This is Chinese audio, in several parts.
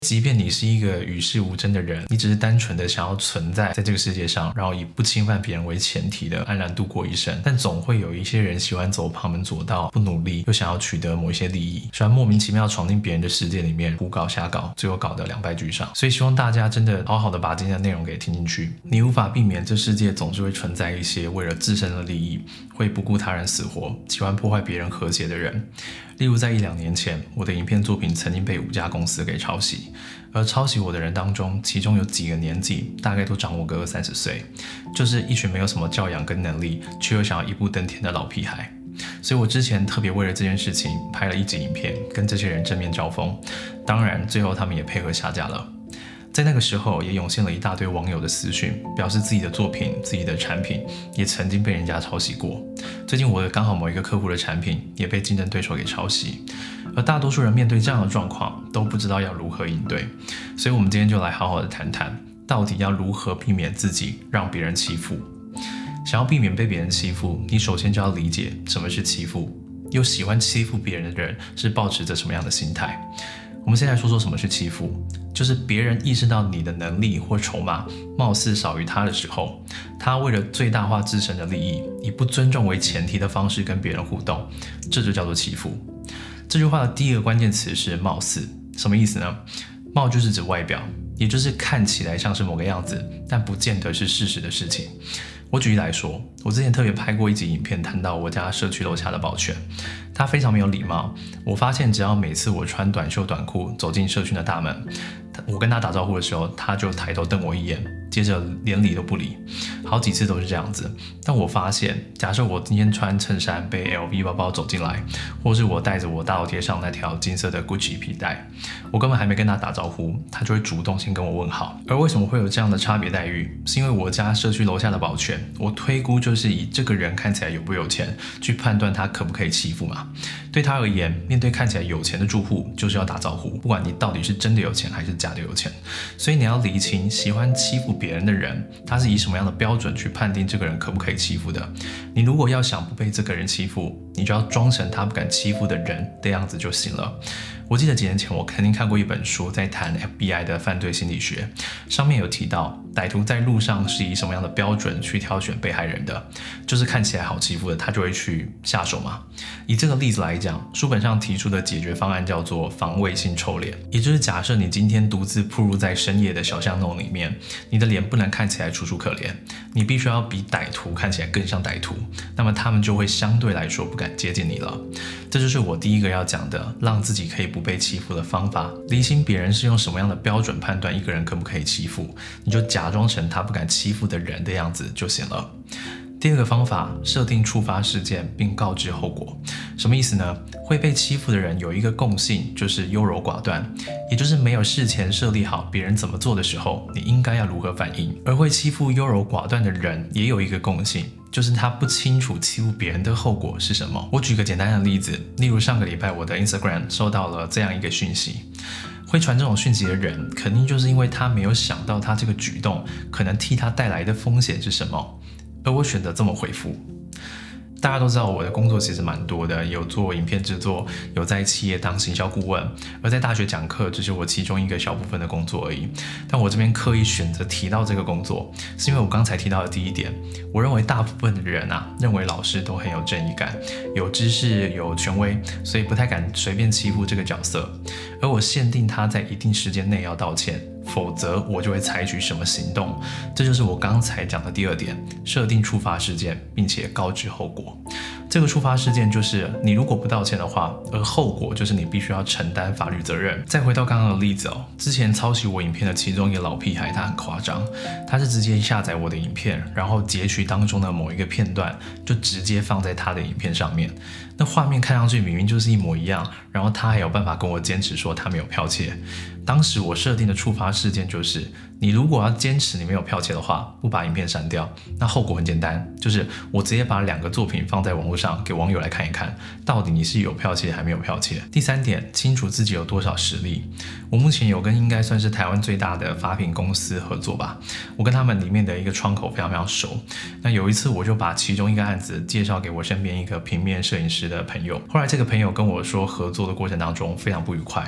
即便你是一个与世无争的人，你只是单纯的想要存在在这个世界上，然后以不侵犯别人为前提的安然度过一生，但总会有一些人喜欢走旁门左道，不努力又想要取得某一些利益，喜欢莫名其妙闯进别人的世界里面胡搞瞎搞，最后搞得两败俱伤。所以希望大家真的好好的把今天的内容给听进去。你无法避免这世界总是会存在一些为了自身的利益会不顾他人死活，喜欢破坏别人和谐的人。例如在1-2年前，我的影片作品曾经被5家公司给抄袭，而抄袭我的人当中，其中有几个年纪大概都长我哥20-30岁，就是一群没有什么教养跟能力，却又想要一步登天的老屁孩。所以我之前特别为了这件事情拍了1集影片，跟这些人正面交锋，当然最后他们也配合下架了。在那个时候也涌现了一大堆网友的私讯，表示自己的作品、自己的产品也曾经被人家抄袭过。最近我刚好某一个客户的产品也被竞争对手给抄袭，而大多数人面对这样的状况都不知道要如何应对，所以我们今天就来好好的谈谈，到底要如何避免自己让别人欺负。想要避免被别人欺负，你首先就要理解什么是欺负，又喜欢欺负别人的人是抱持着什么样的心态。我们先来说说什么是欺负，就是别人意识到你的能力或筹码貌似少于他的时候，他为了最大化自身的利益，以不尊重为前提的方式跟别人互动，这就叫做欺负。这句话的第一个关键词是貌似，什么意思呢？貌就是指外表，也就是看起来像是某个样子，但不见得是事实的事情。我举例来说，我之前特别拍过1集影片，谈到我家社区楼下的保全，他非常没有礼貌。我发现只要每次我穿短袖短裤走进社区的大门，我跟他打招呼的时候，他就抬头瞪我一眼，接着连理都不理，好几次都是这样子。但我发现，假设我今天穿衬衫背 LV 包包走进来，或是我带着我大头贴上那条金色的 Gucci 皮带，我根本还没跟他打招呼，他就会主动先跟我问好。而为什么会有这样的差别待遇？是因为我家社区楼下的保全，我推估就是以这个人看起来有不有钱去判断他可不可以欺负嘛。对他而言，面对看起来有钱的住户就是要打招呼，不管你到底是真的有钱还是假的有钱。所以你要厘清喜欢欺负别人的人，他是以什么样的标准去判定这个人可不可以欺负的。你如果要想不被这个人欺负，你就要装成他不敢欺负的人的样子就行了。我记得几年前我曾经看过一本书，在谈 FBI 的犯罪心理学，上面有提到歹徒在路上是以什么样的标准去挑选被害人的，就是看起来好欺负的他就会去下手嘛。以这个例子来讲，书本上提出的解决方案叫做防卫性臭脸，也就是假设你今天独自暴露在深夜的小巷弄里面，你的脸不能看起来楚楚可怜，你必须要比歹徒看起来更像歹徒，那么他们就会相对来说不敢接近你了。这就是我第一个要讲的，让自己可以不被欺负的方法。厘清别人是用什么样的标准判断一个人可不可以欺负，你就假装成他不敢欺负的人的样子就行了。第二个方法，设定触发事件并告知后果。什么意思呢？会被欺负的人有一个共性，就是优柔寡断，也就是没有事前设立好别人怎么做的时候，你应该要如何反应。而会欺负优柔寡断的人也有一个共性，就是他不清楚欺负别人的后果是什么。我举个简单的例子，例如上个礼拜我的 Instagram 收到了这样一个讯息，会传这种讯息的人，肯定就是因为他没有想到他这个举动可能替他带来的风险是什么，而我选择这么回复。大家都知道我的工作其实蛮多的，有做影片制作，有在企业当行销顾问，而在大学讲课只是我其中一个小部分的工作而已。但我这边刻意选择提到这个工作，是因为我刚才提到的第一点，我认为大部分的人认为老师都很有正义感，有知识有权威，所以不太敢随便欺负这个角色。而我限定他在一定时间内要道歉，否则我就会采取什么行动。这就是我刚才讲的第二点，设定触发事件并且告知后果。这个触发事件就是你如果不道歉的话，而后果就是你必须要承担法律责任。再回到刚刚的例子之前抄袭我影片的其中一个老屁孩，他很夸张，他是直接下载我的影片，然后截取当中的某一个片段，就直接放在他的影片上面。那画面看上去明明就是一模一样，然后他还有办法跟我坚持说他没有剽窃。当时我设定的触发事件就是，你如果要坚持你没有剽窃的话，不把影片删掉，那后果很简单，就是我直接把2个作品放在网络上给网友来看一看，到底你是有剽窃还没有剽窃。第三点，清楚自己有多少实力。我目前有跟应该算是台湾最大的发品公司合作吧，我跟他们里面的一个窗口非常非常熟。那有一次我就把其中一个案子介绍给我身边一个平面摄影师的朋友，后来这个朋友跟我说合作的过程当中非常不愉快。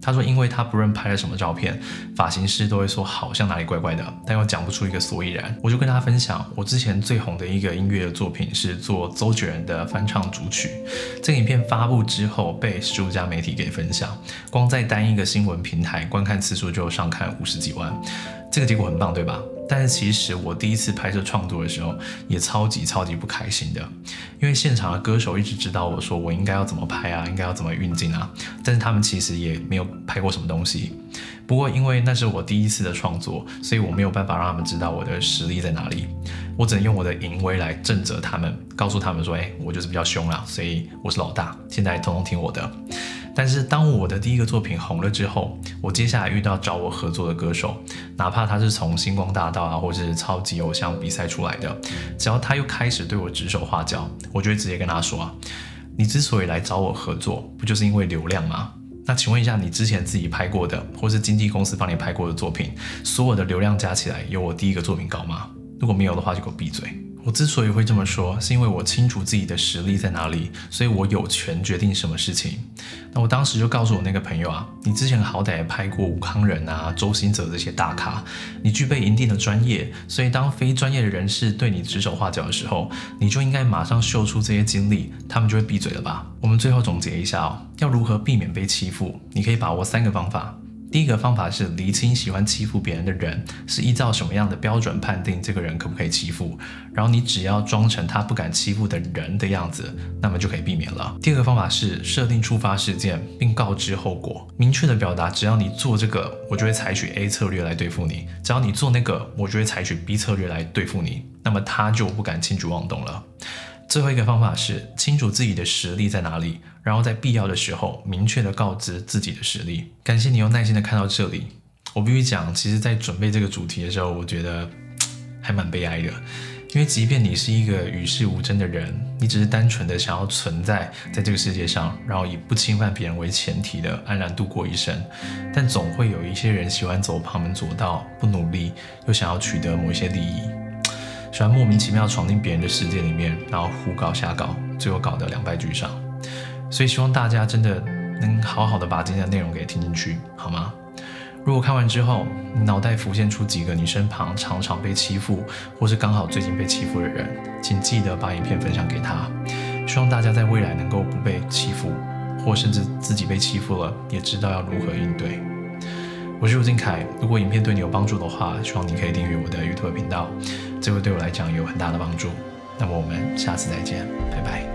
他说因为他不论拍了什么照片，发型师都会说好像哪里怪怪的，但又讲不出一个所以然。我就跟他分享，我之前最红的一个音乐的作品是做周杰伦的翻唱主曲，这个影片发布之后被15家媒体给分享，光在单一个新闻平台观看次数就上看50几万，这个结果很棒，对吧？但是其实我第一次拍摄创作的时候也超级不开心的，因为现场的歌手一直指导我说我应该要怎么拍啊，应该要怎么运镜啊，但是他们其实也没有拍过什么东西。不过因为那是我第一次的创作，所以我没有办法让他们知道我的实力在哪里，我只能用我的淫威来震慑他们，告诉他们说我就是比较凶啦，所以我是老大，现在统统听我的。但是当我的第一个作品红了之后，我接下来遇到找我合作的歌手，哪怕他是从星光大道啊，或是超级偶像比赛出来的，只要他又开始对我指手画脚，我就会直接跟他说你之所以来找我合作，不就是因为流量吗？那请问一下，你之前自己拍过的，或是经纪公司帮你拍过的作品，所有的流量加起来有我第一个作品高吗？如果没有的话，就给我闭嘴。我之所以会这么说，是因为我清楚自己的实力在哪里，所以我有权决定什么事情。那我当时就告诉我那个朋友你之前好歹也拍过吴慷仁啊、周兴哲这些大咖，你具备一定的专业，所以当非专业的人士对你指手画脚的时候，你就应该马上秀出这些经历，他们就会闭嘴了吧。我们最后总结一下要如何避免被欺负，你可以把握3个方法。第一个方法是厘清喜欢欺负别人的人是依照什么样的标准判定这个人可不可以欺负，然后你只要装成他不敢欺负的人的样子，那么就可以避免了。第二个方法是设定触发事件并告知后果，明确的表达只要你做这个，我就会采取 A 策略来对付你，只要你做那个，我就会采取 B 策略来对付你，那么他就不敢轻举妄动了。最后一个方法是清楚自己的实力在哪里，然后在必要的时候明确的告知自己的实力。感谢你用耐心的看到这里。我必须讲，其实在准备这个主题的时候，我觉得还蛮悲哀的，因为即便你是一个与世无争的人，你只是单纯的想要存在在这个世界上，然后以不侵犯别人为前提的安然度过一生，但总会有一些人喜欢走旁门左道，不努力又想要取得某一些利益，喜欢莫名其妙闯进别人的世界里面，然后胡搞瞎搞，最后搞得两败俱伤。所以希望大家真的能好好的把今天的内容给听进去，好吗？如果看完之后，你脑袋浮现出几个你身旁常常被欺负，或是刚好最近被欺负的人，请记得把影片分享给他。希望大家在未来能够不被欺负，或甚至自己被欺负了，也知道要如何应对。我是吴敬凯，如果影片对你有帮助的话，希望你可以订阅我的 YouTube 频道，这会对我来讲有很大的帮助。那么我们下次再见，拜拜。